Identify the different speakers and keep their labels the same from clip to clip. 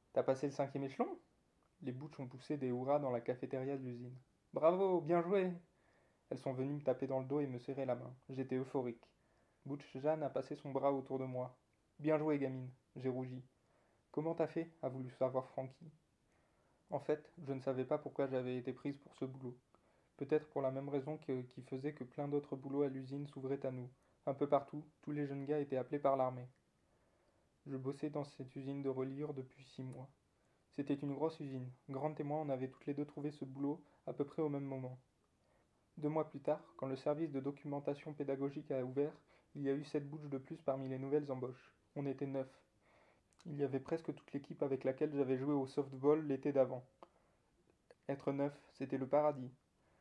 Speaker 1: T'as passé le cinquième échelon? Les Butch ont poussé des hurrahs dans la cafétéria de l'usine. Bravo, bien joué! Elles sont venues me taper dans le dos et me serrer la main. J'étais euphorique. Butch Jeanne a passé son bras autour de moi. Bien joué, gamine. J'ai rougi. Comment t'as fait? A voulu savoir Frankie. En fait, je ne savais pas pourquoi j'avais été prise pour ce boulot. Peut-être pour la même raison qui faisait que plein d'autres boulots à l'usine s'ouvraient à nous. Un peu partout, tous les jeunes gars étaient appelés par l'armée. Je bossais dans cette usine de reliure depuis 6 mois. C'était une grosse usine. Grant et moi, on avait toutes les deux trouvé ce boulot à peu près au même moment. 2 mois plus tard, quand le service de documentation pédagogique a ouvert, il y a eu 7 bouches de plus parmi les nouvelles embauches. On était 9. Il y avait presque toute l'équipe avec laquelle j'avais joué au softball l'été d'avant. Être 9, c'était le paradis.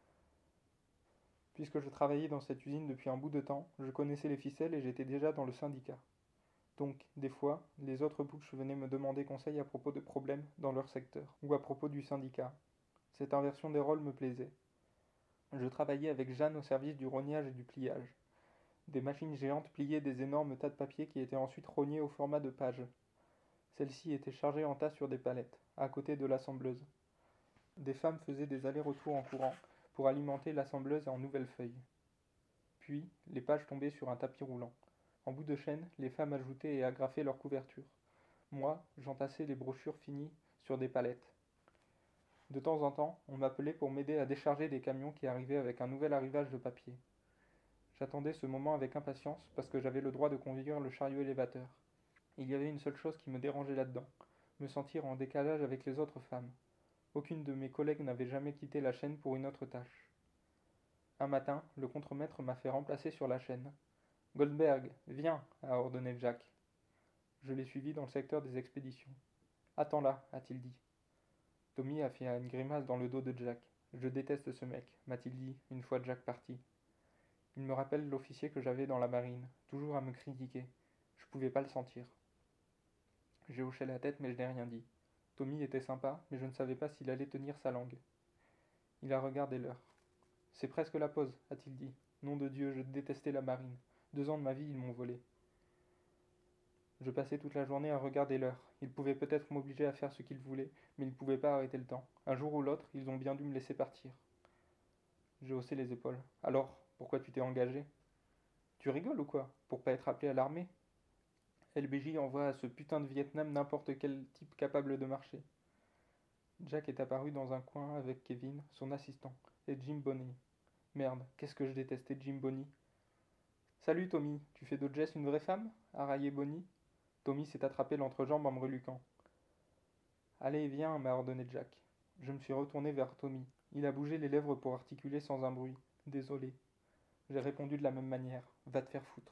Speaker 1: Puisque je travaillais dans cette usine depuis un bout de temps, je connaissais les ficelles et j'étais déjà dans le syndicat. Donc, des fois, les autres bouches venaient me demander conseil à propos de problèmes dans leur secteur, ou à propos du syndicat. Cette inversion des rôles me plaisait. Je travaillais avec Jeanne au service du rognage et du pliage. Des machines géantes pliaient des énormes tas de papier qui étaient ensuite rognés au format de page. Celles-ci étaient chargées en tas sur des palettes, à côté de l'assembleuse. Des femmes faisaient des allers-retours en courant pour alimenter l'assembleuse en nouvelles feuilles. Puis, les pages tombaient sur un tapis roulant. En bout de chaîne, les femmes ajoutaient et agrafaient leurs couvertures. Moi, j'entassais les brochures finies sur des palettes. De temps en temps, on m'appelait pour m'aider à décharger des camions qui arrivaient avec un nouvel arrivage de papier. J'attendais ce moment avec impatience parce que j'avais le droit de conduire le chariot élévateur. Il y avait une seule chose qui me dérangeait là-dedans, me sentir en décalage avec les autres femmes. Aucune de mes collègues n'avait jamais quitté la chaîne pour une autre tâche. Un matin, le contremaître m'a fait remplacer sur la chaîne. Goldberg, viens, a ordonné Jack. Je l'ai suivi dans le secteur des expéditions. Attends là, a-t-il dit. Tommy a fait une grimace dans le dos de Jack. Je déteste ce mec, m'a-t-il dit, une fois Jack parti. Il me rappelle l'officier que j'avais dans la marine, toujours à me critiquer. Je pouvais pas le sentir. J'ai hoché la tête, mais je n'ai rien dit. Tommy était sympa, mais je ne savais pas s'il allait tenir sa langue. Il a regardé l'heure. C'est presque la pause, a-t-il dit. Nom de Dieu, je détestais la marine. 2 ans de ma vie, ils m'ont volé. Je passais toute la journée à regarder l'heure. Ils pouvaient peut-être m'obliger à faire ce qu'ils voulaient, mais ils ne pouvaient pas arrêter le temps. Un jour ou l'autre, ils ont bien dû me laisser partir. J'ai haussé les épaules. Alors, pourquoi tu t'es engagé? Tu rigoles ou quoi? Pour pas être appelé à l'armée? LBJ envoie à ce putain de Vietnam n'importe quel type capable de marcher. Jack est apparu dans un coin avec Kevin, son assistant, et Jim Bonney. Merde, qu'est-ce que je détestais Jim Bonney. Salut Tommy, tu fais de Jess une vraie femme? A raillé Bonnie. Tommy s'est attrapé l'entrejambe en me reluquant. Allez, viens, m'a ordonné Jack. Je me suis retourné vers Tommy. Il a bougé les lèvres pour articuler sans un bruit. Désolé. J'ai répondu de la même manière. Va te faire foutre.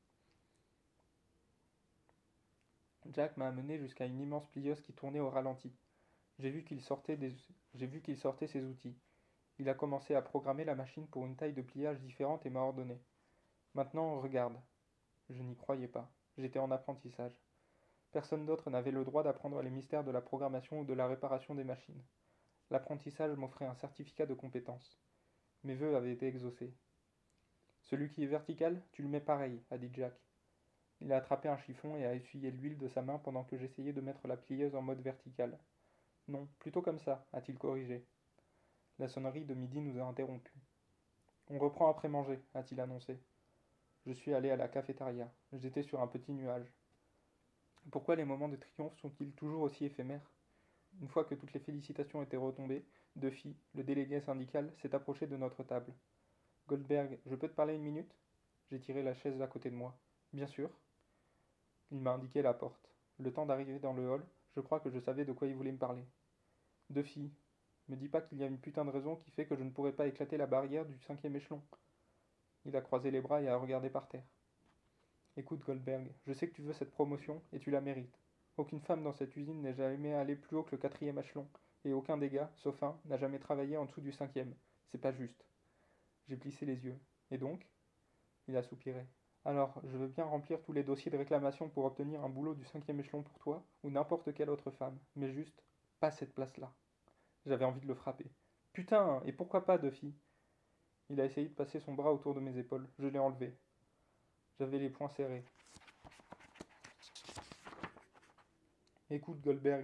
Speaker 1: Jack m'a amené jusqu'à une immense plieuse qui tournait au ralenti. J'ai vu qu'il sortait ses outils. Il a commencé à programmer la machine pour une taille de pliage différente et m'a ordonné. Maintenant, regarde. Je n'y croyais pas. J'étais en apprentissage. Personne d'autre n'avait le droit d'apprendre les mystères de la programmation ou de la réparation des machines. L'apprentissage m'offrait un certificat de compétence. Mes vœux avaient été exaucés. Celui qui est vertical, tu le mets pareil, a dit Jack. Il a attrapé un chiffon et a essuyé l'huile de sa main pendant que j'essayais de mettre la plieuse en mode vertical. Non, plutôt comme ça, a-t-il corrigé. La sonnerie de midi nous a interrompus. On reprend après manger, a-t-il annoncé. Je suis allé à la cafétéria. J'étais sur un petit nuage. Pourquoi les moments de triomphe sont-ils toujours aussi éphémères? Une fois que toutes les félicitations étaient retombées, Duffy, le délégué syndical, s'est approché de notre table. Goldberg, je peux te parler une minute? J'ai tiré la chaise à côté de moi. Bien sûr. Il m'a indiqué la porte. Le temps d'arriver dans le hall, je crois que je savais de quoi il voulait me parler. Duffy, me dis pas qu'il y a une putain de raison qui fait que je ne pourrais pas éclater la barrière du cinquième échelon. Il a croisé les bras et a regardé par terre. Écoute, Goldberg, je sais que tu veux cette promotion et tu la mérites. Aucune femme dans cette usine n'est jamais allée plus haut que le quatrième échelon, et aucun des gars, sauf un, n'a jamais travaillé en dessous du cinquième. C'est pas juste. J'ai plissé les yeux. Et donc? Il a soupiré. Alors, je veux bien remplir tous les dossiers de réclamation pour obtenir un boulot du cinquième échelon pour toi, ou n'importe quelle autre femme, mais juste, pas cette place-là. J'avais envie de le frapper. Putain, et pourquoi pas, Duffy? Il a essayé de passer son bras autour de mes épaules. Je l'ai enlevé. J'avais les poings serrés. Écoute, Goldberg,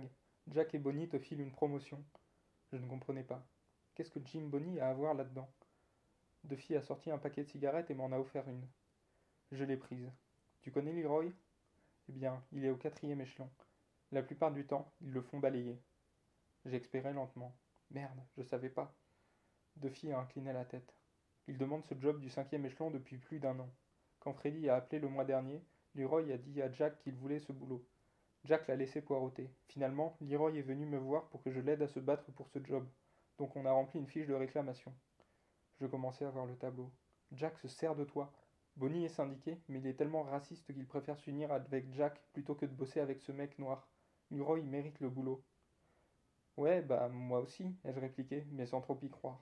Speaker 1: Jack et Bonnie te filent une promotion. Je ne comprenais pas. Qu'est-ce que Jim Bonnie a à voir là-dedans? Duffy a sorti un paquet de cigarettes et m'en a offert une. Je l'ai prise. Tu connais Leroy? Eh bien, il est au 4e échelon. La plupart du temps, ils le font balayer. J'expirais lentement. Merde, je savais pas. Duffy a incliné la tête. Il demande ce job du 5e échelon depuis plus d'1 an. Quand Freddy a appelé le mois dernier, Leroy a dit à Jack qu'il voulait ce boulot. Jack l'a laissé poireauter. Finalement, Leroy est venu me voir pour que je l'aide à se battre pour ce job. Donc on a rempli une fiche de réclamation. Je commençais à voir le tableau. Jack se sert de toi. Bonnie est syndiqué, mais il est tellement raciste qu'il préfère s'unir avec Jack plutôt que de bosser avec ce mec noir. Leroy mérite le boulot. Ouais, bah moi aussi, ai-je répliqué, mais sans trop y croire.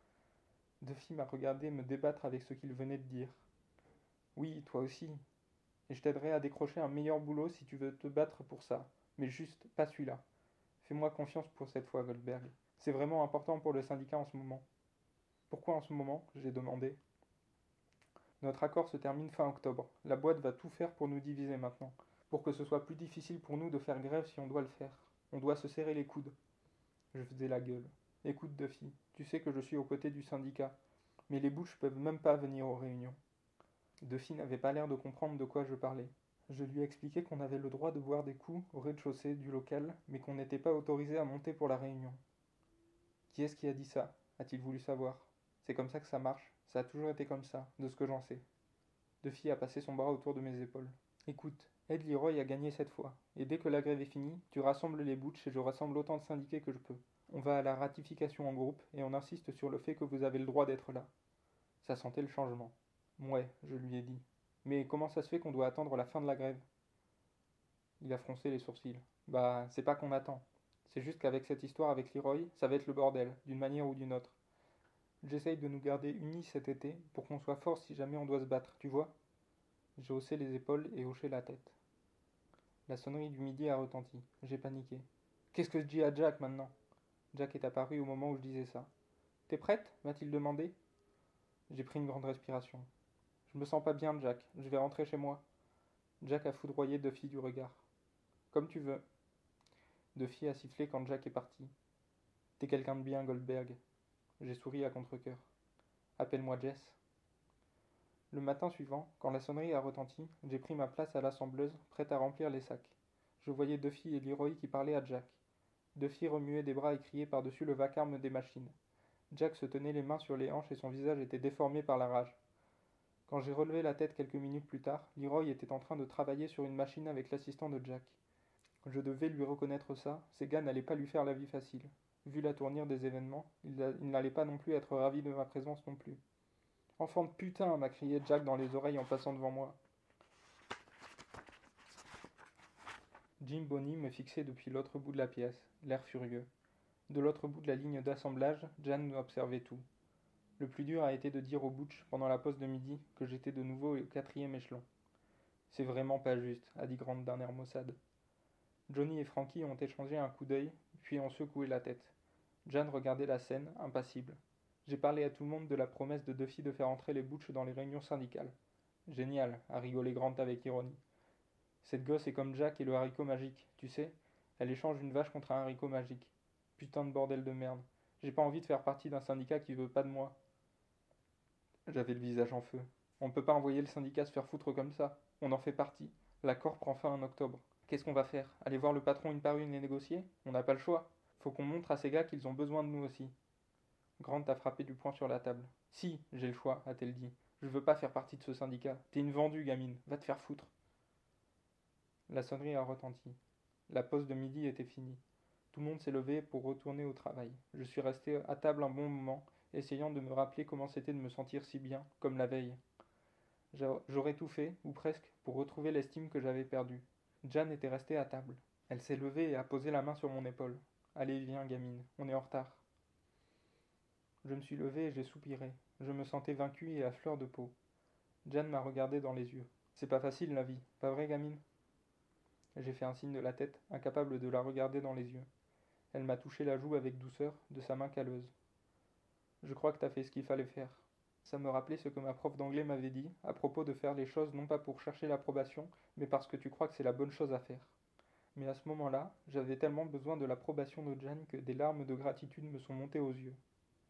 Speaker 1: Duffy m'a regardé me débattre avec ce qu'il venait de dire. Oui, toi aussi. Et je t'aiderai à décrocher un meilleur boulot si tu veux te battre pour ça. Mais juste, pas celui-là. Fais-moi confiance pour cette fois, Goldberg. C'est vraiment important pour le syndicat en ce moment. Pourquoi en ce moment? J'ai demandé. Notre accord se termine fin octobre. La boîte va tout faire pour nous diviser maintenant. Pour que ce soit plus difficile pour nous de faire grève si on doit le faire. On doit se serrer les coudes. Je faisais la gueule. Écoute, Duffy, tu sais que je suis aux côtés du syndicat. Mais les Butch peuvent même pas venir aux réunions. Duffy n'avait pas l'air de comprendre de quoi je parlais. Je lui ai expliqué qu'on avait le droit de boire des coups au rez-de-chaussée du local, mais qu'on n'était pas autorisé à monter pour la réunion. Qui est-ce qui a dit ça? A-t-il voulu savoir. C'est comme ça que ça marche. Ça a toujours été comme ça, de ce que j'en sais. Duffy a passé son bras autour de mes épaules. Écoute, Ed Leroy a gagné cette fois, et dès que la grève est finie, tu rassembles les Butch et je rassemble autant de syndiqués que je peux. On va à la ratification en groupe et on insiste sur le fait que vous avez le droit d'être là. Ça sentait le changement. Ouais, je lui ai dit. Mais comment ça se fait qu'on doit attendre la fin de la grève? Il a froncé les sourcils. Bah, c'est pas qu'on attend. C'est juste qu'avec cette histoire avec Leroy, ça va être le bordel, d'une manière ou d'une autre. J'essaye de nous garder unis cet été pour qu'on soit forts si jamais on doit se battre, tu vois? J'ai haussé les épaules et hoché la tête. La sonnerie du midi a retenti. J'ai paniqué. Qu'est-ce que je dis à Jack maintenant? Jack est apparu au moment où je disais ça. T'es prête? M'a-t-il demandé. J'ai pris une grande respiration. Je me sens pas bien, Jack. Je vais rentrer chez moi. Jack a foudroyé Duffy du regard. Comme tu veux. Duffy a sifflé quand Jack est parti. T'es quelqu'un de bien, Goldberg. J'ai souri à contre-cœur. Appelle-moi Jess. Le matin suivant, quand la sonnerie a retenti, j'ai pris ma place à l'assembleuse, prête à remplir les sacs. Je voyais Duffy et Leroy qui parlaient à Jack. Duffy remuait des bras et criait par-dessus le vacarme des machines. Jack se tenait les mains sur les hanches et son visage était déformé par la rage. Quand j'ai relevé la tête quelques minutes plus tard, Leroy était en train de travailler sur une machine avec l'assistant de Jack. Je devais lui reconnaître ça, ces gars n'allaient pas lui faire la vie facile. Vu la tournure des événements, il n'allait pas non plus être ravi de ma présence non plus. Enfant de putain, m'a crié Jack dans les oreilles en passant devant moi. Jim Bonnie me fixait depuis l'autre bout de la pièce, l'air furieux. De l'autre bout de la ligne d'assemblage, Jan observait tout. Le plus dur a été de dire au Butch, pendant la pause de midi, que j'étais de nouveau au 4e échelon. C'est vraiment pas juste, a dit Grant d'un air maussade. Johnny et Frankie ont échangé un coup d'œil, puis ont secoué la tête. Jan regardait la scène, impassible. J'ai parlé à tout le monde de la promesse de Duffy de faire entrer les Butch dans les réunions syndicales. Génial, a rigolé Grant avec ironie. Cette gosse est comme Jack et le haricot magique, tu sais? Elle échange une vache contre un haricot magique. Putain de bordel de merde. J'ai pas envie de faire partie d'un syndicat qui veut pas de moi. J'avais le visage en feu. On ne peut pas envoyer le syndicat se faire foutre comme ça. On en fait partie. L'accord prend fin en octobre. Qu'est-ce qu'on va faire? Aller voir le patron une par une et négocier? On n'a pas le choix. Faut qu'on montre à ces gars qu'ils ont besoin de nous aussi. Grant a frappé du poing sur la table. Si, j'ai le choix, a-t-elle dit. Je veux pas faire partie de ce syndicat. T'es une vendue, gamine. Va te faire foutre. La sonnerie a retenti. La pause de midi était finie. Tout le monde s'est levé pour retourner au travail. Je suis resté à table un bon moment, essayant de me rappeler comment c'était de me sentir si bien, comme la veille. J'aurais tout fait, ou presque, pour retrouver l'estime que j'avais perdue. Jan était restée à table. Elle s'est levée et a posé la main sur mon épaule. Allez, viens, gamine, on est en retard. Je me suis levé et j'ai soupiré. Je me sentais vaincu et à fleur de peau. Jan m'a regardé dans les yeux. C'est pas facile la vie, pas vrai, gamine? J'ai fait un signe de la tête, incapable de la regarder dans les yeux. Elle m'a touché la joue avec douceur, de sa main calleuse. Je crois que t'as fait ce qu'il fallait faire. Ça me rappelait ce que ma prof d'anglais m'avait dit, à propos de faire les choses non pas pour chercher l'approbation, mais parce que tu crois que c'est la bonne chose à faire. Mais à ce moment-là, j'avais tellement besoin de l'approbation de Jan que des larmes de gratitude me sont montées aux yeux.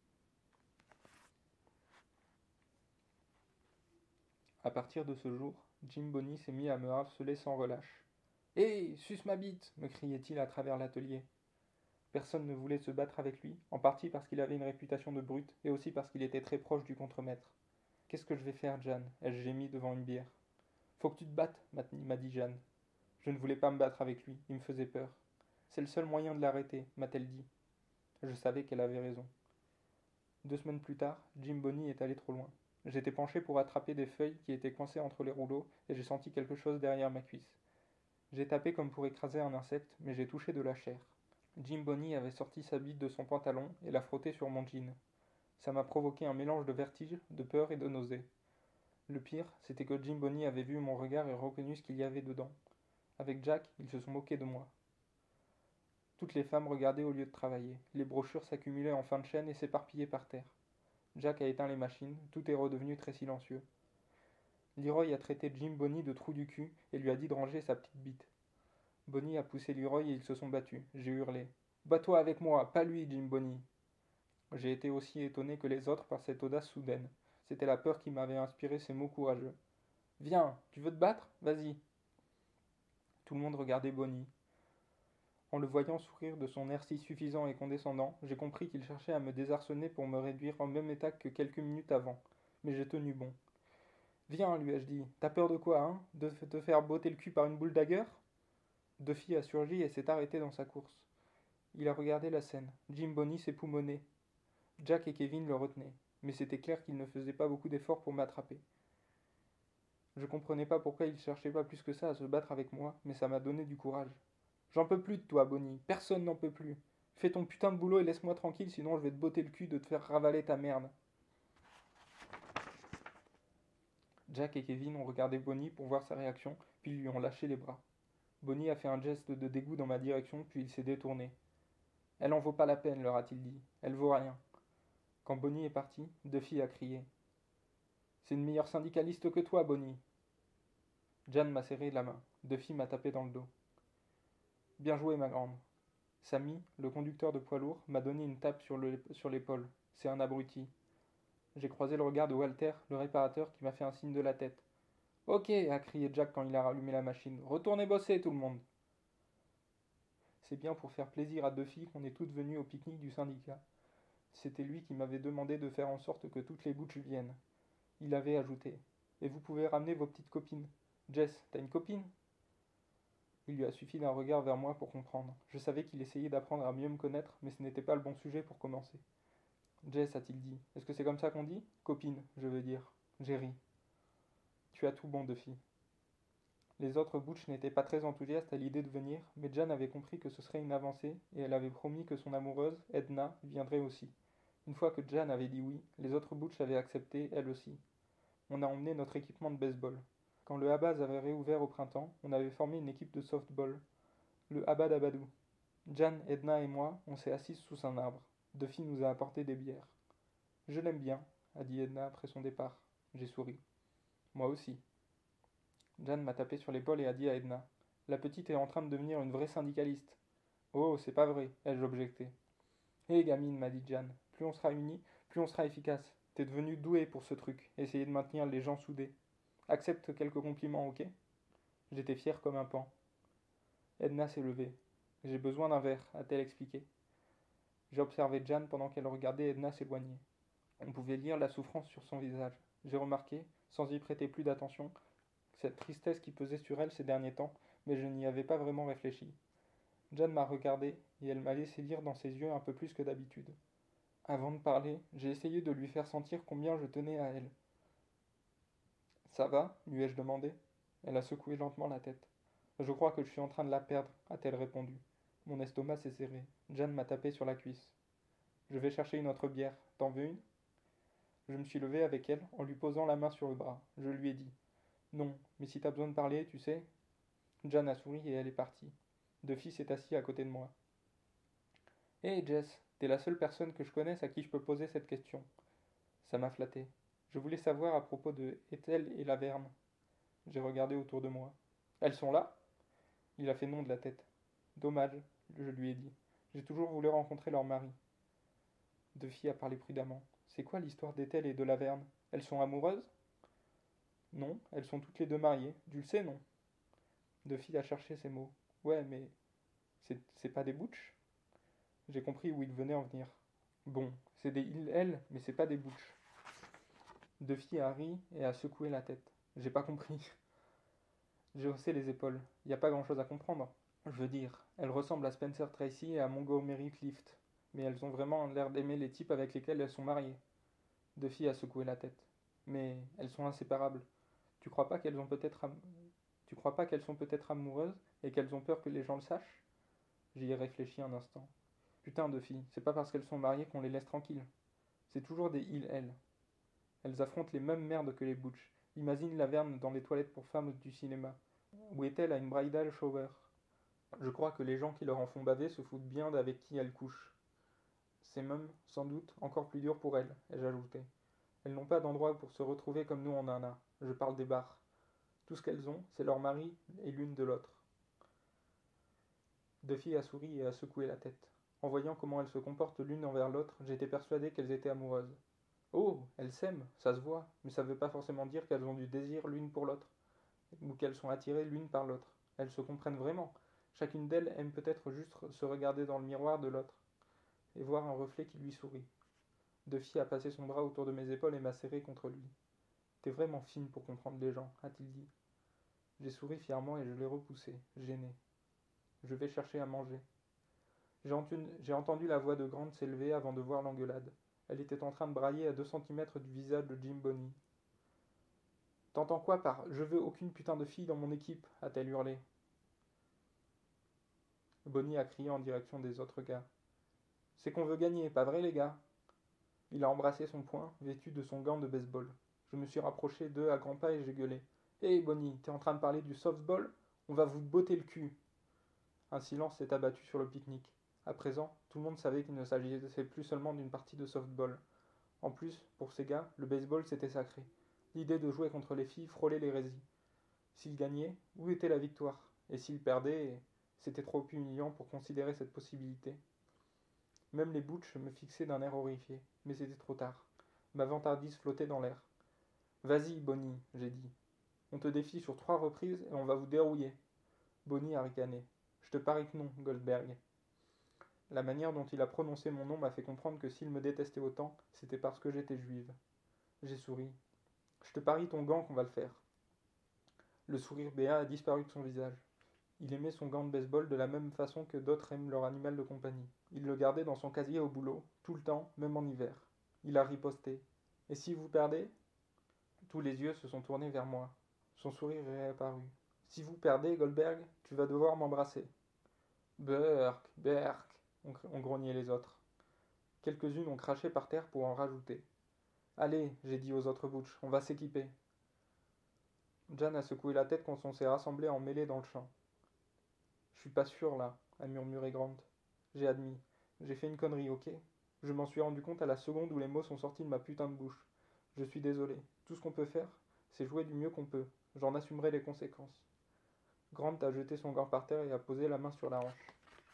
Speaker 1: À partir de ce jour, Jim Bonny s'est mis à me harceler sans relâche. Hé, suce ma bite me criait-il à travers l'atelier. Personne ne voulait se battre avec lui, en partie parce qu'il avait une réputation de brute et aussi parce qu'il était très proche du contremaître. Qu'est-ce que je vais faire, Jan ai-je gémi devant une bière. Faut que tu te battes, m'a dit Jeanne. Je ne voulais pas me battre avec lui, il me faisait peur. C'est le seul moyen de l'arrêter, m'a-t-elle dit. Je savais qu'elle avait raison. 2 semaines plus tard, Jim Bonny est allé trop loin. J'étais penché pour attraper des feuilles qui étaient coincées entre les rouleaux et j'ai senti quelque chose derrière ma cuisse. J'ai tapé comme pour écraser un insecte, mais j'ai touché de la chair. Jim Bonny avait sorti sa bite de son pantalon et l'a frottée sur mon jean. Ça m'a provoqué un mélange de vertige, de peur et de nausée. Le pire, c'était que Jim Bonny avait vu mon regard et reconnu ce qu'il y avait dedans. Avec Jack, ils se sont moqués de moi. Toutes les femmes regardaient au lieu de travailler. Les brochures s'accumulaient en fin de chaîne et s'éparpillaient par terre. Jack a éteint les machines, tout est redevenu très silencieux. Leroy a traité Jim Bonny de trou du cul et lui a dit de ranger sa petite bite. Bonny a poussé Leroy et ils se sont battus. J'ai hurlé. Bats-toi avec moi, pas lui, Jim Bonny. J'ai été aussi étonné que les autres par cette audace soudaine. C'était la peur qui m'avait inspiré ces mots courageux. Viens, tu veux te battre? Vas-y. Tout le monde regardait Bonny. En le voyant sourire de son air si suffisant et condescendant, j'ai compris qu'il cherchait à me désarçonner pour me réduire au même état que quelques minutes avant. Mais j'ai tenu bon. Viens, lui ai-je dit. T'as peur de quoi, hein? De te faire botter le cul par une boule d'agueur? Duffy a surgi et s'est arrêté dans sa course. Il a regardé la scène. Jim Bonny s'époumonait. Jack et Kevin le retenaient. Mais c'était clair qu'il ne faisait pas beaucoup d'efforts pour m'attraper. Je comprenais pas pourquoi il cherchait pas plus que ça à se battre avec moi, mais ça m'a donné du courage. J'en peux plus de toi, Bonnie. Personne n'en peut plus. Fais ton putain de boulot et laisse-moi tranquille, sinon je vais te botter le cul de te faire ravaler ta merde. Jack et Kevin ont regardé Bonnie pour voir sa réaction, puis lui ont lâché les bras. Bonnie a fait un geste de dégoût dans ma direction, puis il s'est détourné. Elle en vaut pas la peine, leur a-t-il dit. Elle vaut rien. Quand Bonnie est parti, Duffy a crié. C'est une meilleure syndicaliste que toi, Bonnie. Jan m'a serré la main. Duffy m'a tapé dans le dos. Bien joué, ma grande. Sammy, le conducteur de poids lourd, m'a donné une tape sur l'épaule. C'est un abruti. J'ai croisé le regard de Walter, le réparateur, qui m'a fait un signe de la tête. Ok, a crié Jack quand il a rallumé la machine. Retournez bosser, tout le monde. C'est bien pour faire plaisir à Duffy qu'on est toutes venues au pique-nique du syndicat. C'était lui qui m'avait demandé de faire en sorte que toutes les butches viennent. Il avait ajouté. Et vous pouvez ramener vos petites copines. Jess, t'as une copine? Il lui a suffi d'un regard vers moi pour comprendre. Je savais qu'il essayait d'apprendre à mieux me connaître, mais ce n'était pas le bon sujet pour commencer. Jess, a-t-il dit. Est-ce que c'est comme ça qu'on dit? Copine, je veux dire. J'ai ri. Tu as tout bon, Duffy. Les autres Butch n'étaient pas très enthousiastes à l'idée de venir, mais Jan avait compris que ce serait une avancée, et elle avait promis que son amoureuse, Edna, viendrait aussi. Une fois que Jan avait dit oui, les autres Butch avaient accepté, elle aussi. On a emmené notre équipement de baseball. Quand le Habaz avait réouvert au printemps, on avait formé une équipe de softball, le Habad Abadou. Jan, Edna et moi, on s'est assis sous un arbre. Duffy nous a apporté des bières. Je l'aime bien, a dit Edna après son départ. J'ai souri. Moi aussi. Jan m'a tapé sur l'épaule et a dit à Edna. La petite est en train de devenir une vraie syndicaliste. Oh, c'est pas vrai, ai-je objecté. Hé gamine, m'a dit Jan, plus on sera unis, plus on sera efficace. T'es devenue douée pour ce truc, essayer de maintenir les gens soudés. Accepte quelques compliments, ok? J'étais fier comme un pan. Edna s'est levée. J'ai besoin d'un verre, a-t-elle expliqué. J'ai observé Jan pendant qu'elle regardait Edna s'éloigner. On pouvait lire la souffrance sur son visage. J'ai remarqué, sans y prêter plus d'attention, cette tristesse qui pesait sur elle ces derniers temps, mais je n'y avais pas vraiment réfléchi. Jan m'a regardé et elle m'a laissé lire dans ses yeux un peu plus que d'habitude. Avant de parler, j'ai essayé de lui faire sentir combien je tenais à elle. Ça va? Lui ai-je demandé. Elle a secoué lentement la tête. Je crois que je suis en train de la perdre, a-t-elle répondu. Mon estomac s'est serré. Jan m'a tapé sur la cuisse. Je vais chercher une autre bière. T'en veux une? Je me suis levé avec elle en lui posant la main sur le bras. Je lui ai dit. Non, mais si t'as besoin de parler, tu sais. Jan a souri et elle est partie. Duffy s'est assis à côté de moi. Hé Jess, t'es la seule personne que je connaisse à qui je peux poser cette question. Ça m'a flatté. Je voulais savoir à propos de Ethel et Laverne. J'ai regardé autour de moi. Elles sont là? Il a fait non de la tête. Dommage, je lui ai dit. J'ai toujours voulu rencontrer leur mari. Duffy a parlé prudemment. C'est quoi l'histoire d'Ethel et de Laverne? Elles sont amoureuses? Non, elles sont toutes les deux mariées. Tu le sais, non? Duffy a cherché ses mots. Ouais, mais c'est pas des butch? J'ai compris où il venait en venir. Bon, c'est des il-elle, mais c'est pas des butch. Duffy a ri et a secoué la tête. J'ai pas compris. J'ai haussé les épaules. Y a pas grand chose à comprendre. Je veux dire, elles ressemblent à Spencer Tracy et à Montgomery Clift, mais elles ont vraiment l'air d'aimer les types avec lesquels elles sont mariées. Duffy a secoué la tête. Mais elles sont inséparables. Tu crois pas qu'elles ont peut-être Tu crois pas qu'elles sont peut-être amoureuses et qu'elles ont peur que les gens le sachent? J'y ai réfléchi un instant. Putain de filles, c'est pas parce qu'elles sont mariées qu'on les laisse tranquilles. C'est toujours des il-elles. Elles affrontent les mêmes merdes que les butch. Imagine Laverne dans les toilettes pour femmes du cinéma. Ou est-elle à une bridal shower? Je crois que les gens qui leur en font baver se foutent bien d'avec qui elles couchent. C'est même, sans doute, encore plus dur pour elles, ai-je ajouté. Elles n'ont pas d'endroit pour se retrouver comme nous on en a. Je parle des bars. Tout ce qu'elles ont, c'est leur mari et l'une de l'autre. Duffy a souri et a secoué la tête. En voyant comment elles se comportent l'une envers l'autre, j'étais persuadé qu'elles étaient amoureuses. Oh, elles s'aiment, ça se voit, mais ça ne veut pas forcément dire qu'elles ont du désir l'une pour l'autre, ou qu'elles sont attirées l'une par l'autre. Elles se comprennent vraiment. Chacune d'elles aime peut-être juste se regarder dans le miroir de l'autre, et voir un reflet qui lui sourit. Duffy a passé son bras autour de mes épaules et m'a serré contre lui. T'es vraiment fine pour comprendre les gens, a-t-il dit. J'ai souri fièrement et je l'ai repoussé, gêné. Je vais chercher à manger. J'ai entendu la voix de Grant s'élever avant de voir l'engueulade. Elle était en train de brailler à 2 centimètres du visage de Jim Bonny. T'entends quoi par « Je veux aucune putain de fille dans mon équipe » a-t-elle hurlé. Bonny a crié en direction des autres gars. C'est qu'on veut gagner, pas vrai les gars? Il a embrassé son poing, vêtu de son gant de baseball. Je me suis rapproché d'eux à grands pas et j'ai gueulé. Hé Bonny, t'es en train de parler du softball? On va vous botter le cul. Un silence s'est abattu sur le pique-nique. À présent, tout le monde savait qu'il ne s'agissait plus seulement d'une partie de softball. En plus, pour ces gars, le baseball c'était sacré. L'idée de jouer contre les filles frôlait l'hérésie. S'ils gagnaient, où était la victoire? Et s'ils perdaient, c'était trop humiliant pour considérer cette possibilité. Même les butch me fixaient d'un air horrifié, mais c'était trop tard. Ma vantardise flottait dans l'air. Vas-y, Bonnie, j'ai dit. On te défie sur 3 reprises et on va vous dérouiller. Bonnie a ricané. Je te parie que non, Goldberg. La manière dont il a prononcé mon nom m'a fait comprendre que s'il me détestait autant, c'était parce que j'étais juive. J'ai souri. Je te parie ton gant qu'on va le faire. Le sourire béat a disparu de son visage. Il aimait son gant de baseball de la même façon que d'autres aiment leur animal de compagnie. Il le gardait dans son casier au boulot, tout le temps, même en hiver. Il a riposté. Et si vous perdez? Tous les yeux se sont tournés vers moi. Son sourire est réapparu. Si vous perdez, Goldberg, tu vas devoir m'embrasser. Berk, Berk, ont grogné les autres. Quelques-unes ont craché par terre pour en rajouter. Allez, j'ai dit aux autres butch, on va s'équiper. Jan a secoué la tête quand on s'est rassemblés en mêlée dans le champ. Je suis pas sûr là, a murmuré Grant. J'ai admis. J'ai fait une connerie, ok? Je m'en suis rendu compte à la seconde où les mots sont sortis de ma putain de bouche. Je suis désolé. Tout ce qu'on peut faire, c'est jouer du mieux qu'on peut. J'en assumerai les conséquences. Grant a jeté son gant par terre et a posé la main sur la hanche.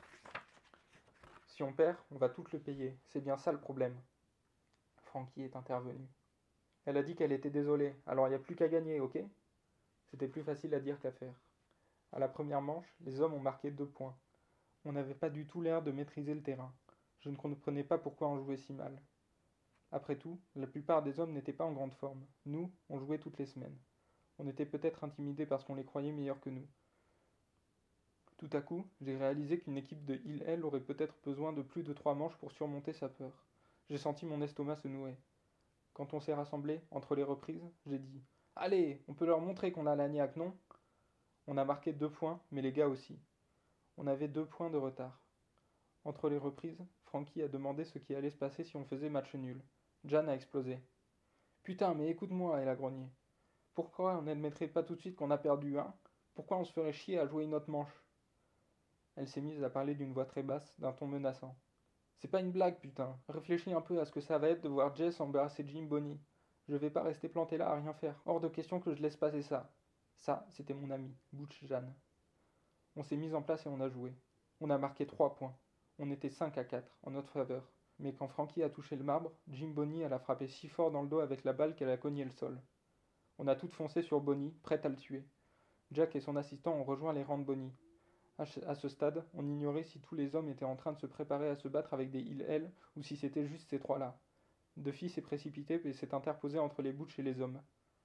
Speaker 1: Si on perd, on va tout le payer. C'est bien ça le problème. Frankie est intervenue. Elle a dit qu'elle était désolée, alors il n'y a plus qu'à gagner, ok? C'était plus facile à dire qu'à faire. À la première manche, les hommes ont marqué 2 points. On n'avait pas du tout l'air de maîtriser le terrain. Je ne comprenais pas pourquoi on jouait si mal. Après tout, la plupart des hommes n'étaient pas en grande forme. Nous, on jouait toutes les semaines. On était peut-être intimidés parce qu'on les croyait meilleurs que nous. Tout à coup, j'ai réalisé qu'une équipe de il-elle aurait peut-être besoin de plus de 3 manches pour surmonter sa peur. J'ai senti mon estomac se nouer. Quand on s'est rassemblés, entre les reprises, j'ai dit « Allez, on peut leur montrer qu'on a la niaque, non ?» On a marqué 2 points, mais les gars aussi. On avait 2 points de retard. Entre les reprises, Frankie a demandé ce qui allait se passer si on faisait match nul. Jan a explosé. Putain, mais écoute-moi, elle a grogné. Pourquoi on n'admettrait pas tout de suite qu'on a perdu, hein? Pourquoi on se ferait chier à jouer une autre manche? Elle s'est mise à parler d'une voix très basse, d'un ton menaçant. C'est pas une blague, putain. Réfléchis un peu à ce que ça va être de voir Jess embrasser Jim Bonny. Je vais pas rester planté là à rien faire. Hors de question que je laisse passer ça. Ça, c'était mon ami, Butch Jan. On s'est mis en place et on a joué. On a marqué 3 points. On était 5-4 en notre faveur. Mais quand Frankie a touché le marbre, Jim Bonny l'a frappé si fort dans le dos avec la balle qu'elle a cogné le sol. On a toutes foncé sur Bonny, prête à le tuer. Jack et son assistant ont rejoint les rangs de Bonny. À ce stade, on ignorait si tous les hommes étaient en train de se préparer à se battre avec des Hill ou si c'était juste ces trois-là. Duffy s'est précipité et s'est interposé entre les Butch et les hommes.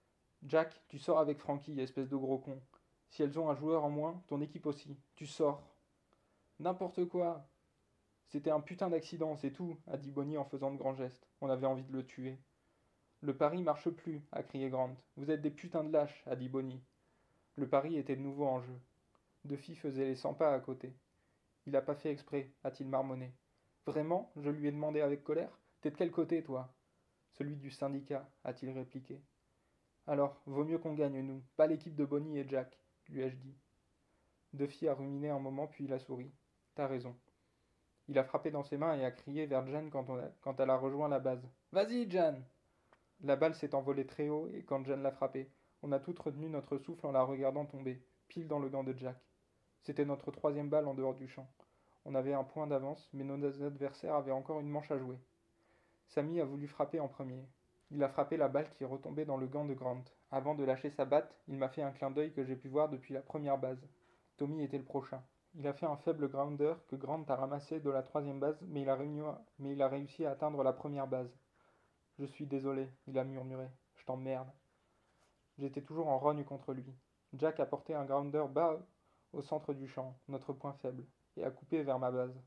Speaker 1: Jack, tu sors avec Frankie, espèce de gros con. Si elles ont un joueur en moins, ton équipe aussi. Tu sors. N'importe quoi. C'était un putain d'accident, c'est tout, a dit Bonnie en faisant de grands gestes. On avait envie de le tuer. Le pari marche plus, a crié Grant. Vous êtes des putains de lâches, a dit Bonnie. Le pari était de nouveau en jeu. Duffy faisait les 100 pas à côté. Il a pas fait exprès, a-t-il marmonné. Vraiment, je lui ai demandé avec colère. T'es de quel côté, toi? Celui du syndicat, a-t-il répliqué. Alors, vaut mieux qu'on gagne, nous, pas l'équipe de Bonnie et Jack, lui ai-je dit. Duffy a ruminé un moment puis il a souri. T'as raison. Il a frappé dans ses mains et a crié vers Jan quand elle a rejoint la base. Vas-y, Jan! La balle s'est envolée très haut et quand Jan l'a frappée, on a toutes retenu notre souffle en la regardant tomber, pile dans le gant de Jack. C'était notre troisième balle en dehors du champ. On avait un point d'avance, mais nos adversaires avaient encore une manche à jouer. Sammy a voulu frapper en premier. Il a frappé la balle qui est retombée dans le gant de Grant. Avant de lâcher sa batte, il m'a fait un clin d'œil que j'ai pu voir depuis la première base. Tommy était le prochain. Il a fait un faible grounder que Grant a ramassé de la troisième base, mais il a réussi à atteindre la première base. Je suis désolé, il a murmuré. Je t'emmerde. J'étais toujours en rogne contre lui. Jack a porté un grounder bas au centre du champ, notre point faible, et a coupé vers ma base.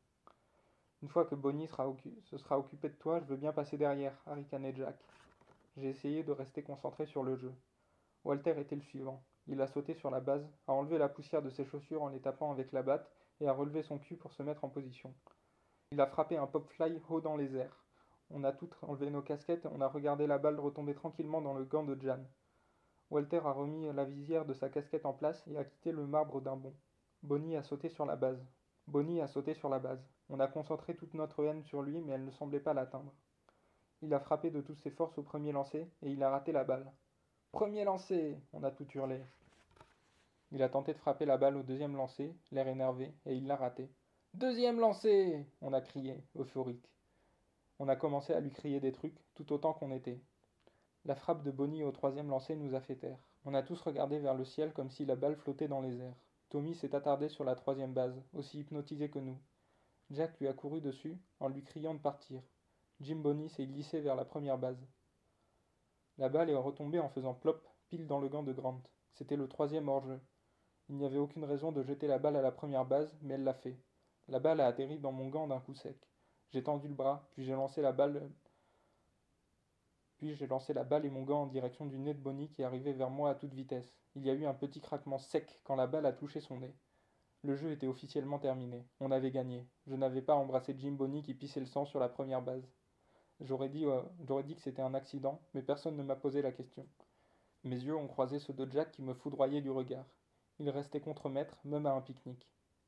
Speaker 1: Une fois que Bonnie se sera occupé de toi, je veux bien passer derrière, a ricané Jack. J'ai essayé de rester concentré sur le jeu. Walter était le suivant. Il a sauté sur la base, a enlevé la poussière de ses chaussures en les tapant avec la batte et a relevé son cul pour se mettre en position. Il a frappé un pop-fly haut dans les airs. On a toutes enlevé nos casquettes et on a regardé la balle retomber tranquillement dans le gant de Jan. Walter a remis la visière de sa casquette en place et a quitté le marbre d'un bond. Bonnie a sauté sur la base. On a concentré toute notre haine sur lui, mais elle ne semblait pas l'atteindre. Il a frappé de toutes ses forces au premier lancer et il a raté la balle. Premier lancer! On a tout hurlé. Il a tenté de frapper la balle au deuxième lancer, l'air énervé, et il l'a raté. Deuxième lancer! On a crié, euphorique. On a commencé à lui crier des trucs, tout autant qu'on était. La frappe de Bonnie au troisième lancer nous a fait taire. On a tous regardé vers le ciel comme si la balle flottait dans les airs. Tommy s'est attardé sur la troisième base, aussi hypnotisé que nous. Jack lui a couru dessus, en lui criant de partir. Jim Bonny s'est glissé vers la première base. La balle est retombée en faisant plop, pile dans le gant de Grant. C'était le troisième hors-jeu. Il n'y avait aucune raison de jeter la balle à la première base, mais elle l'a fait. La balle a atterri dans mon gant d'un coup sec. J'ai tendu le bras, puis j'ai lancé la balle et mon gant en direction du nez de Bonnie qui arrivait vers moi à toute vitesse. Il y a eu un petit craquement sec quand la balle a touché son nez. Le jeu était officiellement terminé. On avait gagné. Je n'avais pas embrassé Jim Bonny qui pissait le sang sur la première base. J'aurais dit que c'était un accident, mais personne ne m'a posé la question. Mes yeux ont croisé ceux de Jack qui me foudroyaient du regard. Il restait contre-maître, même à un pique-nique.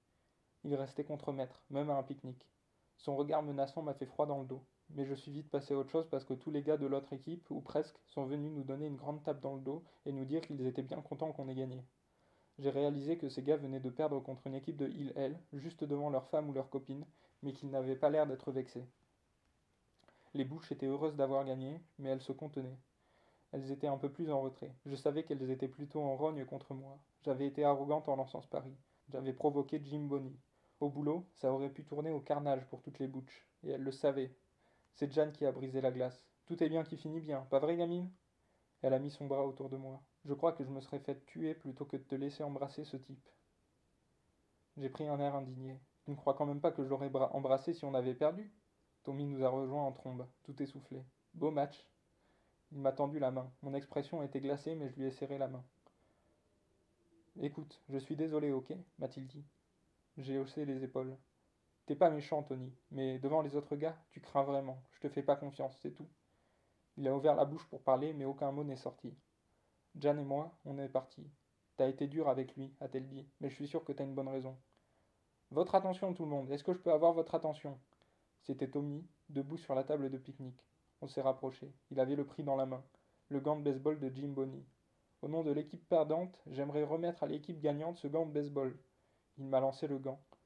Speaker 1: Son regard menaçant m'a fait froid dans le dos. Mais je suis vite passé à autre chose parce que tous les gars de l'autre équipe, ou presque, sont venus nous donner une grande tape dans le dos et nous dire qu'ils étaient bien contents qu'on ait gagné. J'ai réalisé que ces gars venaient de perdre contre une équipe de Hill, juste devant leurs femmes ou leurs copines, mais qu'ils n'avaient pas l'air d'être vexés. Les Butch étaient heureuses d'avoir gagné, mais elles se contenaient. Elles étaient un peu plus en retrait. Je savais qu'elles étaient plutôt en rogne contre moi. J'avais été arrogante en lançant ce pari. J'avais provoqué Jim Bonny. Au boulot, ça aurait pu tourner au carnage pour toutes les Butch, et elles le savaient. C'est Jan qui a brisé la glace. Tout est bien qui finit bien, pas vrai, gamine? Elle a mis son bras autour de moi. Je crois que je me serais fait tuer plutôt que de te laisser embrasser ce type. J'ai pris un air indigné. Tu ne crois quand même pas que je l'aurais embrassé si on avait perdu? Tommy nous a rejoints en trombe, tout essoufflé. Beau match. Il m'a tendu la main. Mon expression était glacée, mais je lui ai serré la main. Écoute, je suis désolé, ok? M'a-t-il dit. J'ai haussé les épaules. T'es pas méchant, Tony, mais devant les autres gars, tu crains vraiment. Je te fais pas confiance, c'est tout. Il a ouvert la bouche pour parler, mais aucun mot n'est sorti. Jan et moi, on est partis. T'as été dur avec lui, a-t-elle dit, mais je suis sûr que t'as une bonne raison. Votre attention, tout le monde, est-ce que je peux avoir votre attention? C'était Tommy, debout sur la table de pique-nique. On s'est rapproché. Il avait le prix dans la main, le gant de baseball de Jim Bonny. Au nom de l'équipe perdante, j'aimerais remettre à l'équipe gagnante ce gant de baseball. Il m'a lancé le gant.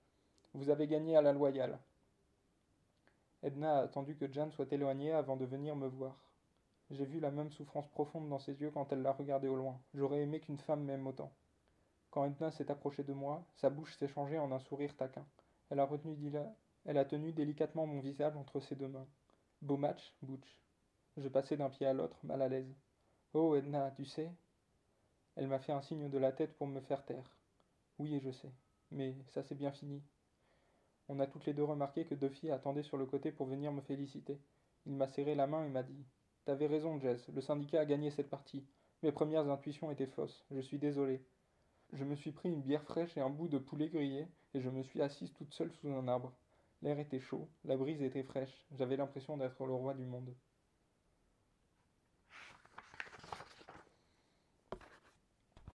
Speaker 1: Vous avez gagné à la loyale. Edna a attendu que Jeanne soit éloignée avant de venir me voir. J'ai vu la même souffrance profonde dans ses yeux quand elle l'a regardé au loin. J'aurais aimé qu'une femme m'aime autant. Quand Edna s'est approchée de moi, sa bouche s'est changée en un sourire taquin. Elle a tenu délicatement mon visage entre ses deux mains. Beau match, Butch. Je passais d'un pied à l'autre, mal à l'aise. Oh, Edna, tu sais. Elle m'a fait un signe de la tête pour me faire taire. Oui, je sais. Mais ça c'est bien fini. On a toutes les deux remarqué que Duffy attendait sur le côté pour venir me féliciter. Il m'a serré la main et m'a dit: T'avais raison, Jess, le syndicat a gagné cette partie. Mes premières intuitions étaient fausses, je suis désolé. Je me suis pris une bière fraîche et un bout de poulet grillé, et je me suis assise toute seule sous un arbre. L'air était chaud, la brise était fraîche, j'avais l'impression d'être le roi du monde.